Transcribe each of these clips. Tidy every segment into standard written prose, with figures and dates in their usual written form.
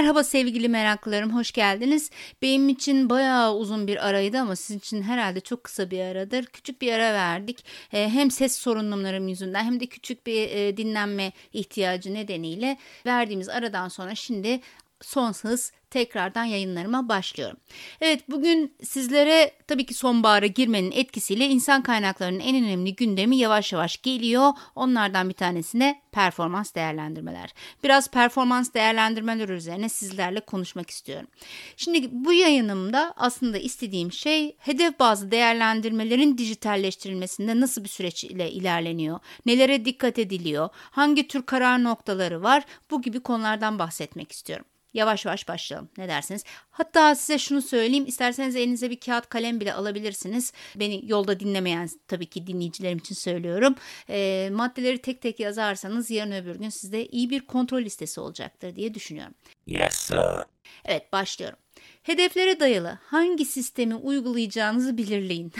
Merhaba sevgili meraklılarım, hoş geldiniz. Benim için bayağı uzun bir araydı ama sizin için herhalde çok kısa bir aradır. Küçük bir ara verdik. Hem ses sorunlarım yüzünden hem de küçük bir dinlenme ihtiyacı nedeniyle verdiğimiz aradan sonra şimdi son hız tekrardan yayınlarıma başlıyorum. Evet, bugün sizlere tabii ki sonbahara girmenin etkisiyle insan kaynaklarının en önemli gündemi yavaş yavaş geliyor. Onlardan bir tanesine performans değerlendirmeler. Biraz performans değerlendirmeler üzerine sizlerle konuşmak istiyorum. Şimdi bu yayınımda aslında istediğim şey hedef bazlı değerlendirmelerin dijitalleştirilmesinde nasıl bir süreç ile ilerleniyor, nelere dikkat ediliyor, hangi tür karar noktaları var, bu gibi konulardan bahsetmek istiyorum. Yavaş yavaş başlayalım. Ne dersiniz? Hatta size şunu söyleyeyim. İsterseniz elinize bir kağıt kalem bile alabilirsiniz. Beni yolda dinlemeyen tabii ki dinleyicilerim için söylüyorum. Maddeleri tek tek yazarsanız yarın öbür gün sizde iyi bir kontrol listesi olacaktır diye düşünüyorum. Yes, sir. Evet, başlıyorum. Hedeflere dayalı hangi sistemi uygulayacağınızı belirleyin.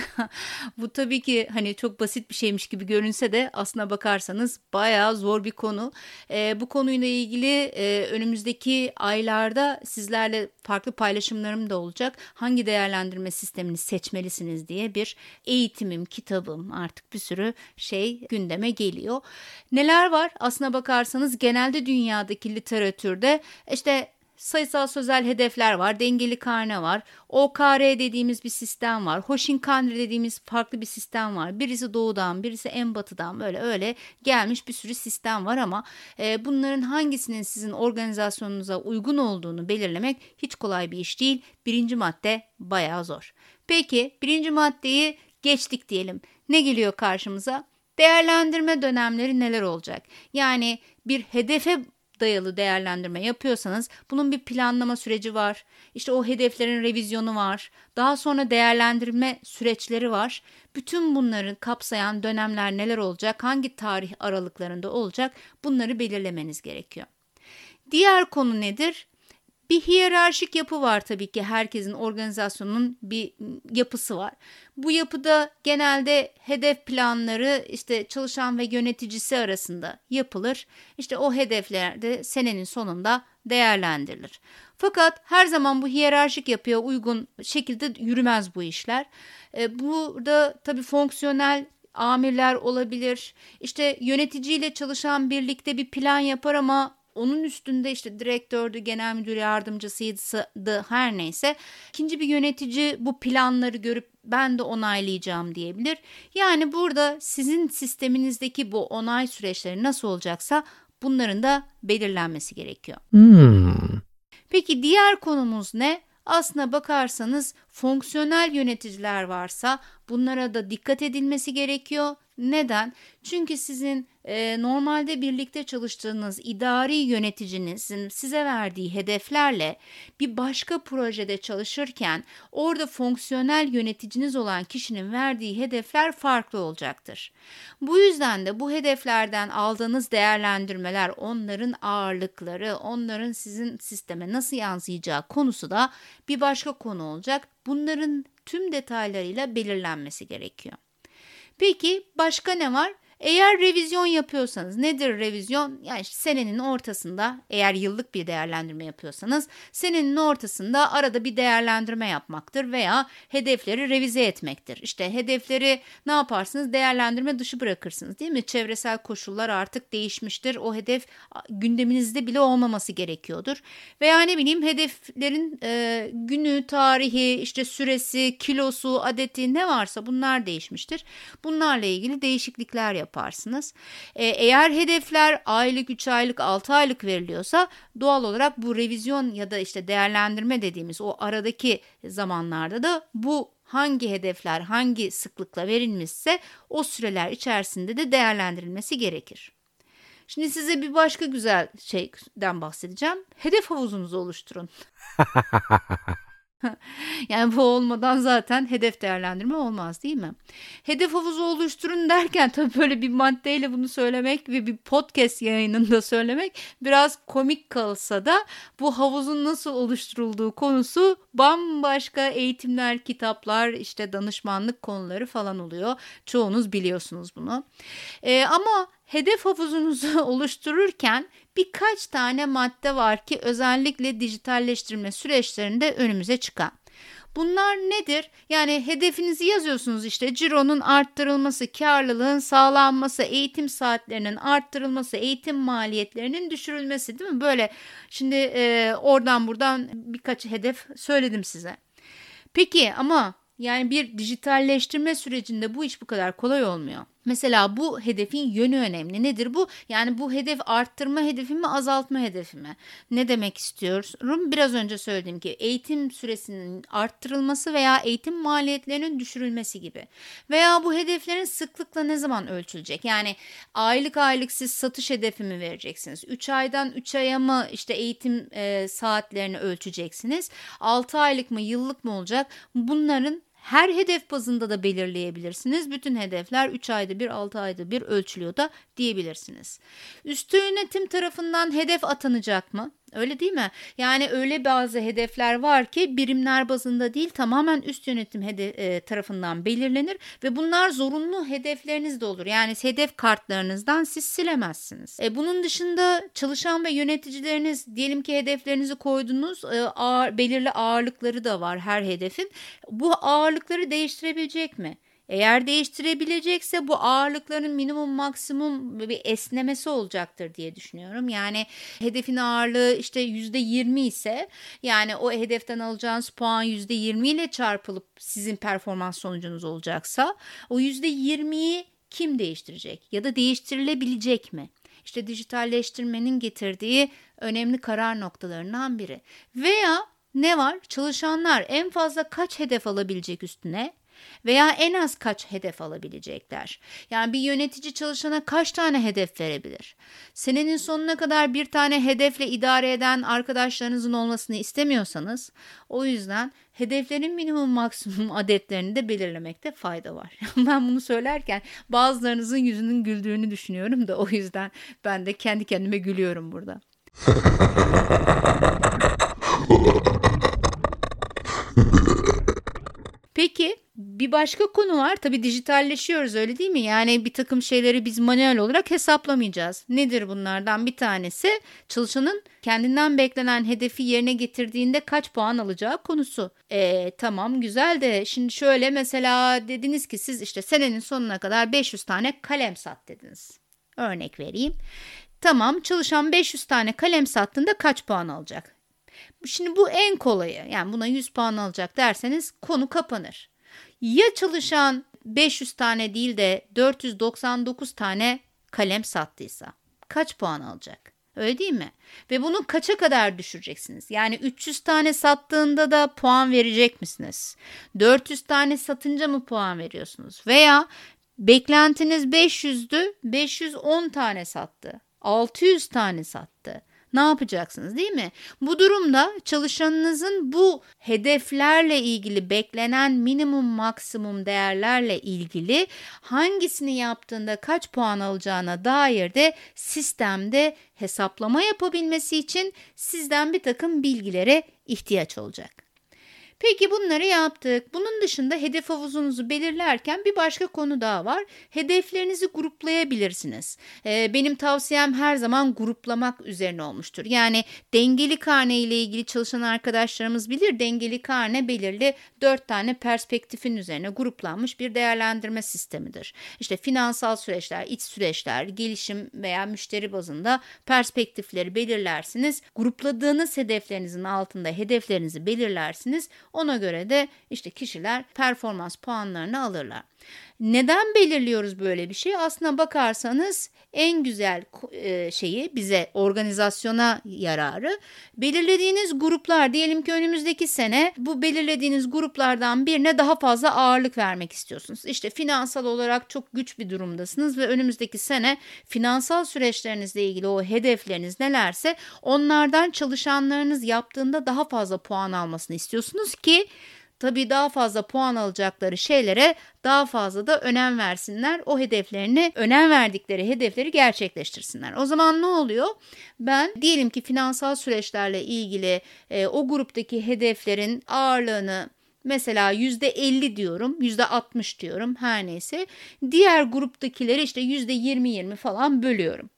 Bu tabii ki hani çok basit bir şeymiş gibi görünse de aslına bakarsanız bayağı zor bir konu. Bu konuyla ilgili önümüzdeki aylarda sizlerle farklı paylaşımlarım da olacak. Hangi değerlendirme sistemini seçmelisiniz diye bir eğitimim, kitabım, artık bir sürü şey gündeme geliyor. Neler var? Aslına bakarsanız genelde dünyadaki literatürde işte sayısal sözel hedefler var, dengeli karne var, OKR dediğimiz bir sistem var, Hoshinkanri dediğimiz farklı bir sistem var. Birisi doğudan, birisi en batıdan böyle öyle gelmiş bir sürü sistem var ama bunların hangisinin sizin organizasyonunuza uygun olduğunu belirlemek hiç kolay bir iş değil. Birinci madde bayağı zor. Peki birinci maddeyi geçtik diyelim. Ne geliyor karşımıza? Değerlendirme dönemleri neler olacak? Yani bir hedefe dayalı değerlendirme yapıyorsanız bunun bir planlama süreci var. İşte o hedeflerin revizyonu var. Daha sonra değerlendirme süreçleri var. Bütün bunları kapsayan dönemler neler olacak? Hangi tarih aralıklarında olacak? Bunları belirlemeniz gerekiyor. Diğer konu nedir? Bir hiyerarşik yapı var tabii ki, herkesin organizasyonunun bir yapısı var. Bu yapıda genelde hedef planları işte çalışan ve yöneticisi arasında yapılır. İşte o hedefler de senenin sonunda değerlendirilir. Fakat her zaman bu hiyerarşik yapıya uygun şekilde yürümez bu işler. Burada tabii fonksiyonel amirler olabilir. İşte yöneticiyle çalışan birlikte bir plan yapar ama onun üstünde işte direktördü, genel müdür yardımcısıydı, her neyse. İkinci bir yönetici bu planları görüp ben de onaylayacağım diyebilir. Yani burada sizin sisteminizdeki bu onay süreçleri nasıl olacaksa bunların da belirlenmesi gerekiyor. Peki diğer konumuz ne? Aslına bakarsanız fonksiyonel yöneticiler varsa bunlara da dikkat edilmesi gerekiyor. Neden? Çünkü sizin normalde birlikte çalıştığınız idari yöneticinizin size verdiği hedeflerle bir başka projede çalışırken orada fonksiyonel yöneticiniz olan kişinin verdiği hedefler farklı olacaktır. Bu yüzden de bu hedeflerden aldığınız değerlendirmeler, onların ağırlıkları, onların sizin sisteme nasıl yansıyacağı konusu da bir başka konu olacak. Bunların tüm detaylarıyla belirlenmesi gerekiyor. Peki başka ne var? Eğer revizyon yapıyorsanız, nedir revizyon? Yani işte senenin ortasında, eğer yıllık bir değerlendirme yapıyorsanız senenin ortasında arada bir değerlendirme yapmaktır veya hedefleri revize etmektir. İşte hedefleri ne yaparsınız? Değerlendirme dışı bırakırsınız, değil mi? Çevresel koşullar artık değişmiştir. O hedef gündeminizde bile olmaması gerekiyordur. Veya ne bileyim, hedeflerin günü, tarihi, işte süresi, kilosu, adeti ne varsa bunlar değişmiştir. Bunlarla ilgili değişiklikler yaparsınız. Eğer hedefler aylık, 3 aylık, 6 aylık veriliyorsa doğal olarak bu revizyon ya da işte değerlendirme dediğimiz o aradaki zamanlarda da bu hangi hedefler hangi sıklıkla verilmişse o süreler içerisinde de değerlendirilmesi gerekir. Şimdi size bir başka güzel şeyden bahsedeceğim. Hedef havuzunuzu oluşturun. Yani bu olmadan zaten hedef değerlendirme olmaz, değil mi? Hedef havuzu oluşturun derken tabii böyle bir maddeyle bunu söylemek ve bir podcast yayınında söylemek biraz komik kalsa da bu havuzun nasıl oluşturulduğu konusu bambaşka eğitimler, kitaplar, işte danışmanlık konuları falan oluyor. Çoğunuz biliyorsunuz bunu. Ama hedef havuzunuzu oluştururken birkaç tane madde var ki özellikle dijitalleştirme süreçlerinde önümüze çıkan. Bunlar nedir? Yani hedefinizi yazıyorsunuz, işte cironun arttırılması, karlılığın sağlanması, eğitim saatlerinin arttırılması, eğitim maliyetlerinin düşürülmesi, değil mi? Böyle şimdi oradan buradan birkaç hedef söyledim size. Peki ama yani bir dijitalleştirme sürecinde bu iş bu kadar kolay olmuyor. Mesela bu hedefin yönü önemli. Nedir bu? Yani bu hedef arttırma hedefi mi, azaltma hedefi mi? Ne demek istiyorum? Biraz önce söylediğim gibi eğitim süresinin arttırılması veya eğitim maliyetlerinin düşürülmesi gibi. Veya bu hedeflerin sıklıkla ne zaman ölçülecek? Yani aylık siz satış hedefi mi vereceksiniz? 3 aydan 3 aya mı işte eğitim saatlerini ölçeceksiniz? 6 aylık mı, yıllık mı olacak? Bunların her hedef bazında da belirleyebilirsiniz. Bütün hedefler 3 ayda bir, 6 ayda bir ölçülüyor da diyebilirsiniz. Üstü yönetim tarafından hedef atanacak mı? Öyle değil mi? Yani öyle bazı hedefler var ki birimler bazında değil, tamamen üst yönetim tarafından belirlenir ve bunlar zorunlu hedefleriniz de olur. Yani hedef kartlarınızdan siz silemezsiniz. Bunun dışında çalışan ve yöneticileriniz, diyelim ki hedeflerinizi koydunuz, belirli ağırlıkları da var her hedefin. Bu ağırlıkları değiştirebilecek mi? Eğer değiştirebilecekse bu ağırlıkların minimum maksimum bir esnemesi olacaktır diye düşünüyorum. Yani hedefin ağırlığı işte %20 ise, yani o hedeften alacağınız puan %20 ile çarpılıp sizin performans sonucunuz olacaksa o %20'yi kim değiştirecek ya da değiştirilebilecek mi? İşte dijitalleştirmenin getirdiği önemli karar noktalarından biri. Veya ne var? Çalışanlar en fazla kaç hedef alabilecek üstüne? Veya en az kaç hedef alabilecekler? Yani bir yönetici çalışana kaç tane hedef verebilir? Senenin sonuna kadar bir tane hedefle idare eden arkadaşlarınızın olmasını istemiyorsanız, o yüzden hedeflerin minimum maksimum adetlerini de belirlemekte fayda var. Ben bunu söylerken bazılarınızın yüzünün güldüğünü düşünüyorum da o yüzden ben de kendi kendime gülüyorum burada. Peki bir başka konu var. Tabii dijitalleşiyoruz, öyle değil mi? Yani bir takım şeyleri biz manuel olarak hesaplamayacağız. Nedir bunlardan bir tanesi? Çalışanın kendinden beklenen hedefi yerine getirdiğinde kaç puan alacağı konusu. Tamam, güzel de şimdi şöyle, mesela dediniz ki siz işte senenin sonuna kadar 500 tane kalem sat dediniz. Örnek vereyim. Tamam, çalışan 500 tane kalem sattığında kaç puan alacak? Şimdi bu en kolayı, yani buna 100 puan alacak derseniz konu kapanır. Ya çalışan 500 tane değil de 499 tane kalem sattıysa kaç puan alacak? Öyle değil mi? Ve bunu kaça kadar düşüreceksiniz? Yani 300 tane sattığında da puan verecek misiniz? 400 tane satınca mı puan veriyorsunuz? Veya beklentiniz 500'dü, 510 tane sattı, 600 tane sattı. Ne yapacaksınız, değil mi? Bu durumda çalışanınızın bu hedeflerle ilgili, beklenen minimum maksimum değerlerle ilgili hangisini yaptığında kaç puan alacağına dair de sistemde hesaplama yapabilmesi için sizden bir takım bilgilere ihtiyaç olacak. Peki bunları yaptık. Bunun dışında hedef havuzunuzu belirlerken bir başka konu daha var. Hedeflerinizi gruplayabilirsiniz. Benim tavsiyem her zaman gruplamak üzerine olmuştur. Yani dengeli karne ile ilgili çalışan arkadaşlarımız bilir. Dengeli karne belirli 4 tane perspektifin üzerine gruplanmış bir değerlendirme sistemidir. İşte finansal süreçler, iç süreçler, gelişim veya müşteri bazında perspektifleri belirlersiniz. Grupladığınız hedeflerinizin altında hedeflerinizi belirlersiniz. Ona göre de işte kişiler performans puanlarını alırlar. Neden belirliyoruz böyle bir şey? Aslına bakarsanız en güzel şeyi, bize organizasyona yararı, belirlediğiniz gruplar, diyelim ki önümüzdeki sene bu belirlediğiniz gruplardan birine daha fazla ağırlık vermek istiyorsunuz. İşte finansal olarak çok güç bir durumdasınız ve önümüzdeki sene finansal süreçlerinizle ilgili o hedefleriniz nelerse onlardan çalışanlarınız yaptığında daha fazla puan almasını istiyorsunuz ki tabii daha fazla puan alacakları şeylere daha fazla da önem versinler. O hedeflerini, önem verdikleri hedefleri gerçekleştirsinler. O zaman ne oluyor? Ben diyelim ki finansal süreçlerle ilgili o gruptaki hedeflerin ağırlığını mesela %50 diyorum, %60 diyorum, her neyse. Diğer gruptakileri işte %20-20 falan bölüyorum.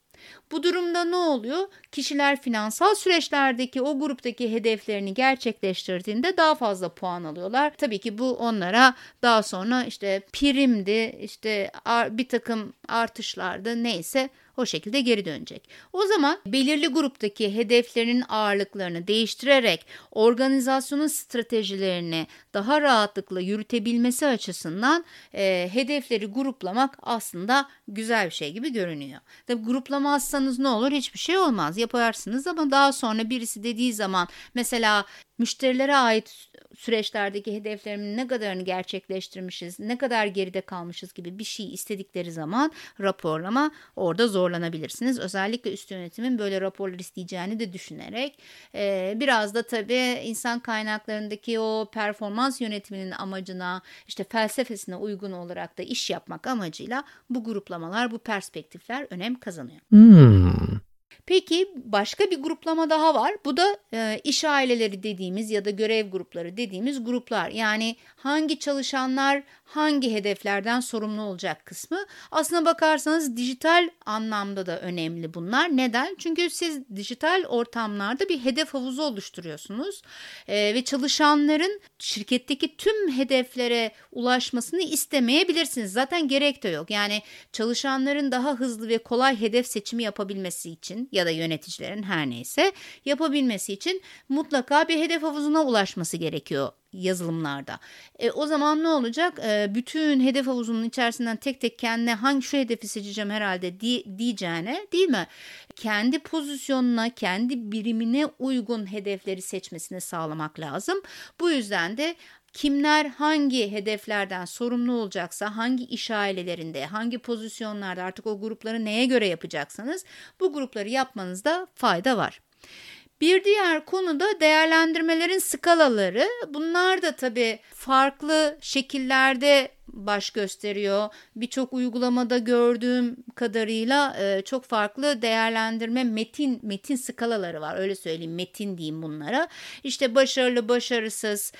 Bu durumda ne oluyor? Kişiler finansal süreçlerdeki o gruptaki hedeflerini gerçekleştirdiğinde daha fazla puan alıyorlar. Tabii ki bu onlara daha sonra işte primdi, işte bir takım artışlardı, neyse o şekilde geri dönecek. O zaman belirli gruptaki hedeflerin ağırlıklarını değiştirerek organizasyonun stratejilerini daha rahatlıkla yürütebilmesi açısından hedefleri gruplamak aslında güzel bir şey gibi görünüyor. Tabii gruplamazsanız ne olur? Hiçbir şey olmaz. Yaparsınız ama daha sonra birisi dediği zaman, mesela müşterilere ait süreçlerdeki hedeflerimin ne kadarını gerçekleştirmişiz, ne kadar geride kalmışız gibi bir şey istedikleri zaman raporlama, orada zorlanabilirsiniz. Özellikle üst yönetimin böyle raporlar isteyeceğini de düşünerek biraz da tabii insan kaynaklarındaki o performans yönetiminin amacına, işte felsefesine uygun olarak da iş yapmak amacıyla bu gruplamalar, bu perspektifler önem kazanıyor. Peki başka bir gruplama daha var. Bu da iş aileleri dediğimiz ya da görev grupları dediğimiz gruplar. Yani hangi çalışanlar hangi hedeflerden sorumlu olacak kısmı. Aslına bakarsanız dijital anlamda da önemli bunlar. Neden? Çünkü siz dijital ortamlarda bir hedef havuzu oluşturuyorsunuz ve çalışanların şirketteki tüm hedeflere ulaşmasını istemeyebilirsiniz. Zaten gerek de yok. Yani çalışanların daha hızlı ve kolay hedef seçimi yapabilmesi için ya da yöneticilerin her neyse yapabilmesi için mutlaka bir hedef havuzuna ulaşması gerekiyor yazılımlarda. O zaman ne olacak? Bütün hedef havuzunun içerisinden tek tek kendine hangi şu hedefi seçeceğim herhalde diyeceğine, değil mi? Kendi pozisyonuna, kendi birimine uygun hedefleri seçmesini sağlamak lazım. Bu yüzden de kimler hangi hedeflerden sorumlu olacaksa, hangi iş ailelerinde, hangi pozisyonlarda, artık o grupları neye göre yapacaksanız bu grupları yapmanızda fayda var. Bir diğer konu da değerlendirmelerin skalaları. Bunlar da tabii farklı şekillerde baş gösteriyor. Birçok uygulamada gördüğüm kadarıyla çok farklı değerlendirme metin skalaları var. Öyle söyleyeyim, metin diyeyim bunlara. İşte başarılı, başarısız,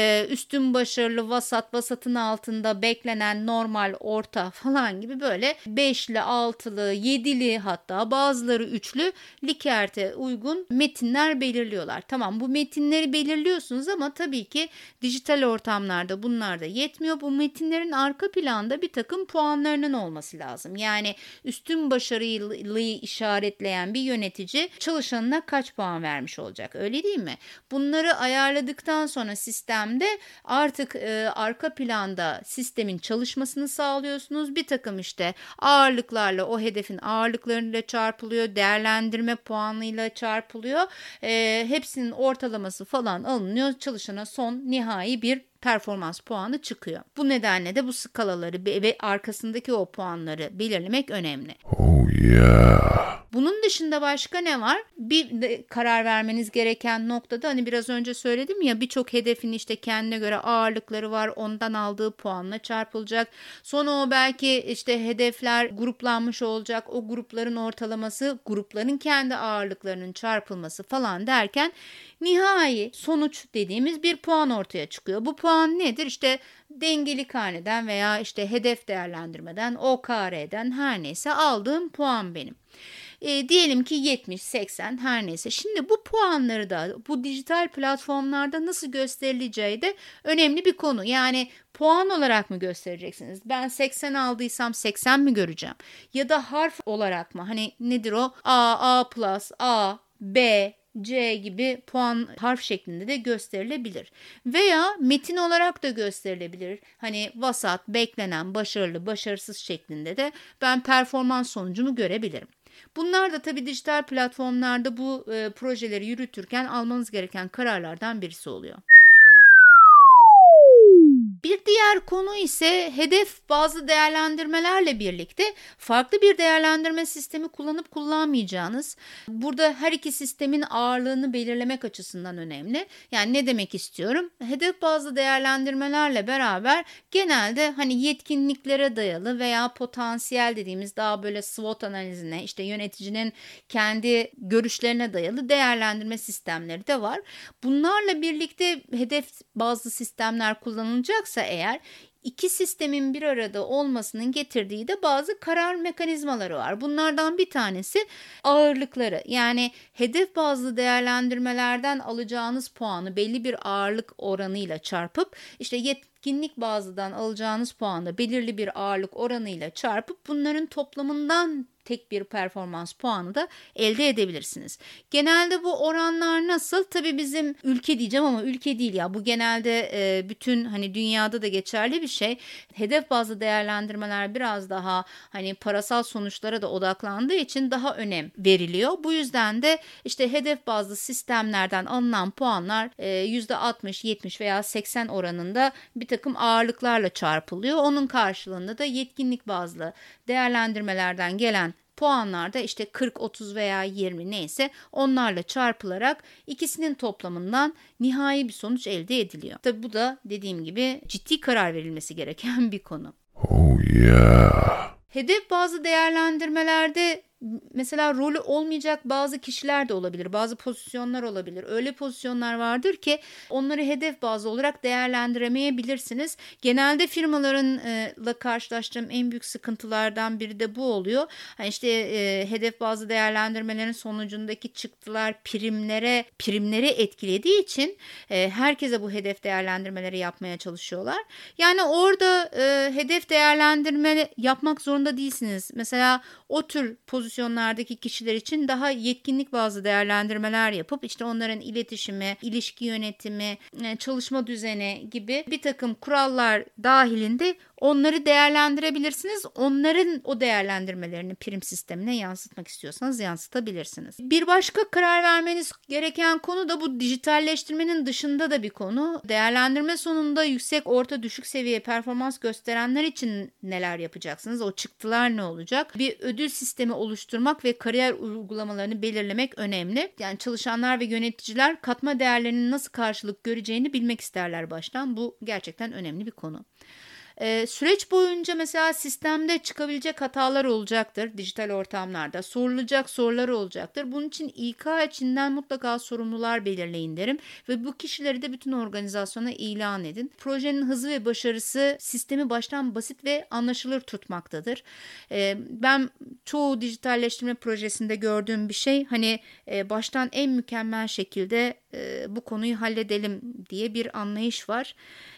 üstün başarılı, vasat, vasatın altında, beklenen, normal, orta falan gibi böyle 5'li, 6'lı, 7'li, hatta bazıları 3'lü Likerte uygun metinler belirliyorlar. Tamam, bu metinleri belirliyorsunuz ama tabii ki dijital ortamlarda bunlar da yetmiyor. Bu metinlerin arka planda bir takım puanlarının olması lazım. Yani üstün başarıyı işaretleyen bir yönetici çalışanına kaç puan vermiş olacak, öyle değil mi? Bunları ayarladıktan sonra sistemde artık arka planda sistemin çalışmasını sağlıyorsunuz. Bir takım işte ağırlıklarla, o hedefin ağırlıklarıyla çarpılıyor, değerlendirme puanıyla çarpılıyor. Hepsinin ortalaması falan alınıyor. Çalışana son nihai bir performans puanı çıkıyor. Bu nedenle de bu skalaları ve arkasındaki o puanları belirlemek önemli. Oh yeah. Bunun dışında başka ne var? Bir de karar vermeniz gereken noktada, hani biraz önce söyledim ya, birçok hedefin işte kendine göre ağırlıkları var. Ondan aldığı puanla çarpılacak. Sonra o belki işte hedefler gruplanmış olacak. O grupların ortalaması, grupların kendi ağırlıklarının çarpılması falan derken nihai sonuç dediğimiz bir puan ortaya çıkıyor. Bu puan nedir? İşte dengelik haneden veya işte hedef değerlendirmeden, OKR'den her neyse aldığım puan benim. Diyelim ki 70, 80 her neyse. Şimdi bu puanları da bu dijital platformlarda nasıl gösterileceği de önemli bir konu. Yani puan olarak mı göstereceksiniz? Ben 80 aldıysam 80 mi göreceğim? Ya da harf olarak mı? Hani nedir o? A, A+, A, B, C gibi puan harf şeklinde de gösterilebilir. Veya metin olarak da gösterilebilir. Hani vasat, beklenen, başarılı, başarısız şeklinde de ben performans sonucumu görebilirim. Bunlar da tabii dijital platformlarda bu projeleri yürütürken almanız gereken kararlardan birisi oluyor. Bir diğer konu ise hedef bazlı değerlendirmelerle birlikte farklı bir değerlendirme sistemi kullanıp kullanmayacağınız. Burada her iki sistemin ağırlığını belirlemek açısından önemli. Yani ne demek istiyorum? Hedef bazlı değerlendirmelerle beraber genelde hani yetkinliklere dayalı veya potansiyel dediğimiz daha böyle SWOT analizine, işte yöneticinin kendi görüşlerine dayalı değerlendirme sistemleri de var. Bunlarla birlikte hedef bazlı sistemler kullanılacaksa eğer İki sistemin bir arada olmasının getirdiği de bazı karar mekanizmaları var. Bunlardan bir tanesi ağırlıkları. Yani hedef bazlı değerlendirmelerden alacağınız puanı belli bir ağırlık oranıyla çarpıp işte yetkinlik bazlıdan alacağınız puanı belirli bir ağırlık oranıyla çarpıp bunların toplamından tek bir performans puanı da elde edebilirsiniz. Genelde bu oranlar nasıl? Tabii bizim ülke diyeceğim ama ülke değil ya. Bu genelde bütün hani dünyada da geçerli bir şey. Hedef bazlı değerlendirmeler biraz daha hani parasal sonuçlara da odaklandığı için daha önem veriliyor. Bu yüzden de işte hedef bazlı sistemlerden alınan puanlar %60, 70 veya 80 oranında bir takım ağırlıklarla çarpılıyor. Onun karşılığında da yetkinlik bazlı değerlendirmelerden gelen puanlar da işte 40, 30 veya 20 neyse onlarla çarpılarak ikisinin toplamından nihai bir sonuç elde ediliyor. Tabii bu da dediğim gibi ciddi karar verilmesi gereken bir konu. Oh yeah. Hedef bazı değerlendirmelerde mesela rolü olmayacak bazı kişiler de olabilir, bazı pozisyonlar olabilir. Öyle pozisyonlar vardır ki onları hedef bazlı olarak değerlendiremeyebilirsiniz. Genelde firmalarla karşılaştığım en büyük sıkıntılardan biri de bu oluyor. Yani işte hedef bazlı değerlendirmelerin sonucundaki çıktılar primlere etkilediği için herkese bu hedef değerlendirmeleri yapmaya çalışıyorlar. Yani orada hedef değerlendirme yapmak zorunda değilsiniz. Mesela o tür pozisyonlardaki kişiler için daha yetkinlik bazlı değerlendirmeler yapıp işte onların iletişimi, ilişki yönetimi, çalışma düzeni gibi bir takım kurallar dahilinde onları değerlendirebilirsiniz. Onların o değerlendirmelerini prim sistemine yansıtmak istiyorsanız yansıtabilirsiniz. Bir başka karar vermeniz gereken konu da bu dijitalleştirmenin dışında da bir konu. Değerlendirme sonunda yüksek, orta, düşük seviye performans gösterenler için neler yapacaksınız? O çıktılar ne olacak? Bir ödül sistemi oluşturmak ve kariyer uygulamalarını belirlemek önemli. Yani çalışanlar ve yöneticiler katma değerlerinin nasıl karşılık göreceğini bilmek isterler baştan. Bu gerçekten önemli bir konu. Süreç boyunca mesela sistemde çıkabilecek hatalar olacaktır dijital ortamlarda. Sorulacak sorular olacaktır. Bunun için İK içinden mutlaka sorumlular belirleyin derim. Ve bu kişileri de bütün organizasyona ilan edin. Projenin hızı ve başarısı sistemi baştan basit ve anlaşılır tutmaktadır. Ben çoğu dijitalleştirme projesinde gördüğüm bir şey hani baştan en mükemmel şekilde bu konuyu halledelim diye bir anlayış var.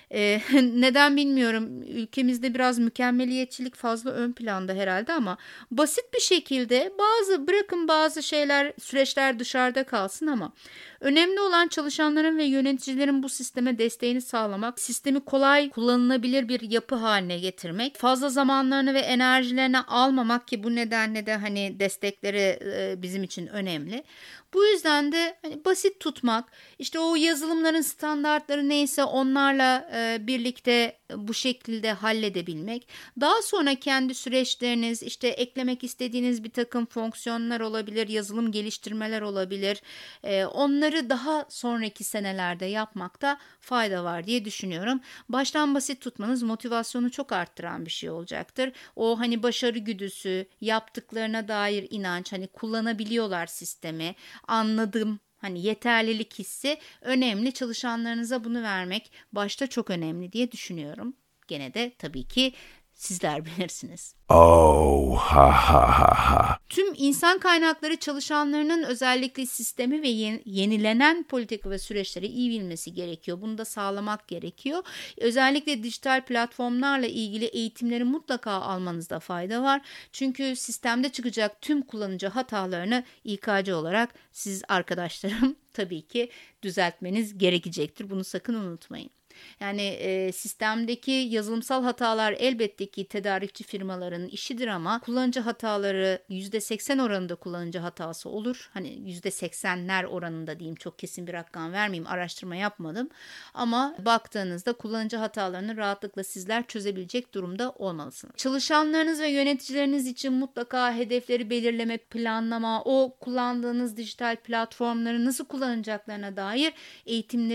Neden bilmiyorum. Ülkemizde biraz mükemmeliyetçilik fazla ön planda herhalde ama basit bir şekilde bırakın bazı süreçler dışarıda kalsın ama önemli olan çalışanların ve yöneticilerin bu sisteme desteğini sağlamak, sistemi kolay kullanılabilir bir yapı haline getirmek, fazla zamanlarını ve enerjilerini almamak ki bu nedenle de hani destekleri bizim için önemli. Bu yüzden de hani basit tutmak, işte o yazılımların standartları neyse onlarla birlikte bu şekilde halledebilmek. Daha sonra kendi süreçleriniz, işte eklemek istediğiniz bir takım fonksiyonlar olabilir, yazılım geliştirmeler olabilir. Onları daha sonraki senelerde yapmakta fayda var diye düşünüyorum. Baştan basit tutmanız motivasyonu çok arttıran bir şey olacaktır. O hani başarı güdüsü, yaptıklarına dair inanç, hani kullanabiliyorlar sistemi, anladım. Hani yeterlilik hissi önemli. Çalışanlarınıza bunu vermek başta çok önemli diye düşünüyorum. Gene de tabii ki sizler bilirsiniz. Oh ha ha ha ha. Tüm insan kaynakları çalışanlarının özellikle sistemi ve yenilenen politika ve süreçleri iyi bilmesi gerekiyor. Bunu da sağlamak gerekiyor. Özellikle dijital platformlarla ilgili eğitimleri mutlaka almanızda fayda var. Çünkü sistemde çıkacak tüm kullanıcı hatalarını İK'cı olarak siz arkadaşlarım tabii ki düzeltmeniz gerekecektir. Bunu sakın unutmayın. Yani sistemdeki yazılımsal hatalar elbette ki tedarikçi firmaların işidir ama kullanıcı hataları %80 oranında kullanıcı hatası olur. Hani %80'ler oranında diyeyim, çok kesin bir rakam vermeyeyim, araştırma yapmadım. Ama baktığınızda kullanıcı hatalarını rahatlıkla sizler çözebilecek durumda olmalısınız. Çalışanlarınız ve yöneticileriniz için mutlaka hedefleri belirleme, planlama, o kullandığınız dijital platformları nasıl kullanacaklarına dair eğitimleri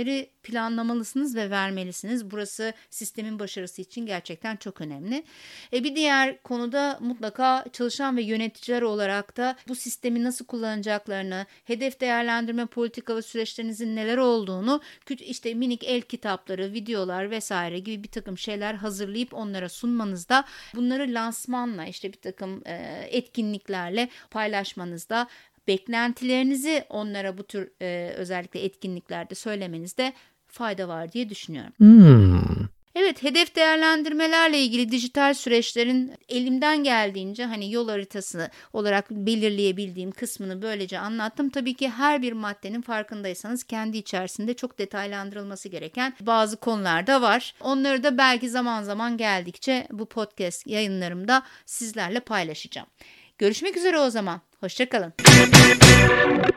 planlamalısınız ve vermelisiniz. Burası sistemin başarısı için gerçekten çok önemli. Bir diğer konuda mutlaka çalışan ve yöneticiler olarak da bu sistemi nasıl kullanacaklarını, hedef değerlendirme politika ve süreçlerinizin neler olduğunu, işte minik el kitapları, videolar vesaire gibi bir takım şeyler hazırlayıp onlara sunmanızda, bunları lansmanla, işte bir takım etkinliklerle paylaşmanızda, beklentilerinizi onlara bu tür özellikle etkinliklerde söylemenizde fayda var diye düşünüyorum. Evet, hedef değerlendirmelerle ilgili dijital süreçlerin elimden geldiğince hani yol haritası olarak belirleyebildiğim kısmını böylece anlattım. Tabii ki her bir maddenin farkındaysanız kendi içerisinde çok detaylandırılması gereken bazı konular da var. Onları da belki zaman zaman geldikçe bu podcast yayınlarımda sizlerle paylaşacağım. Görüşmek üzere o zaman. Hoşça kalın.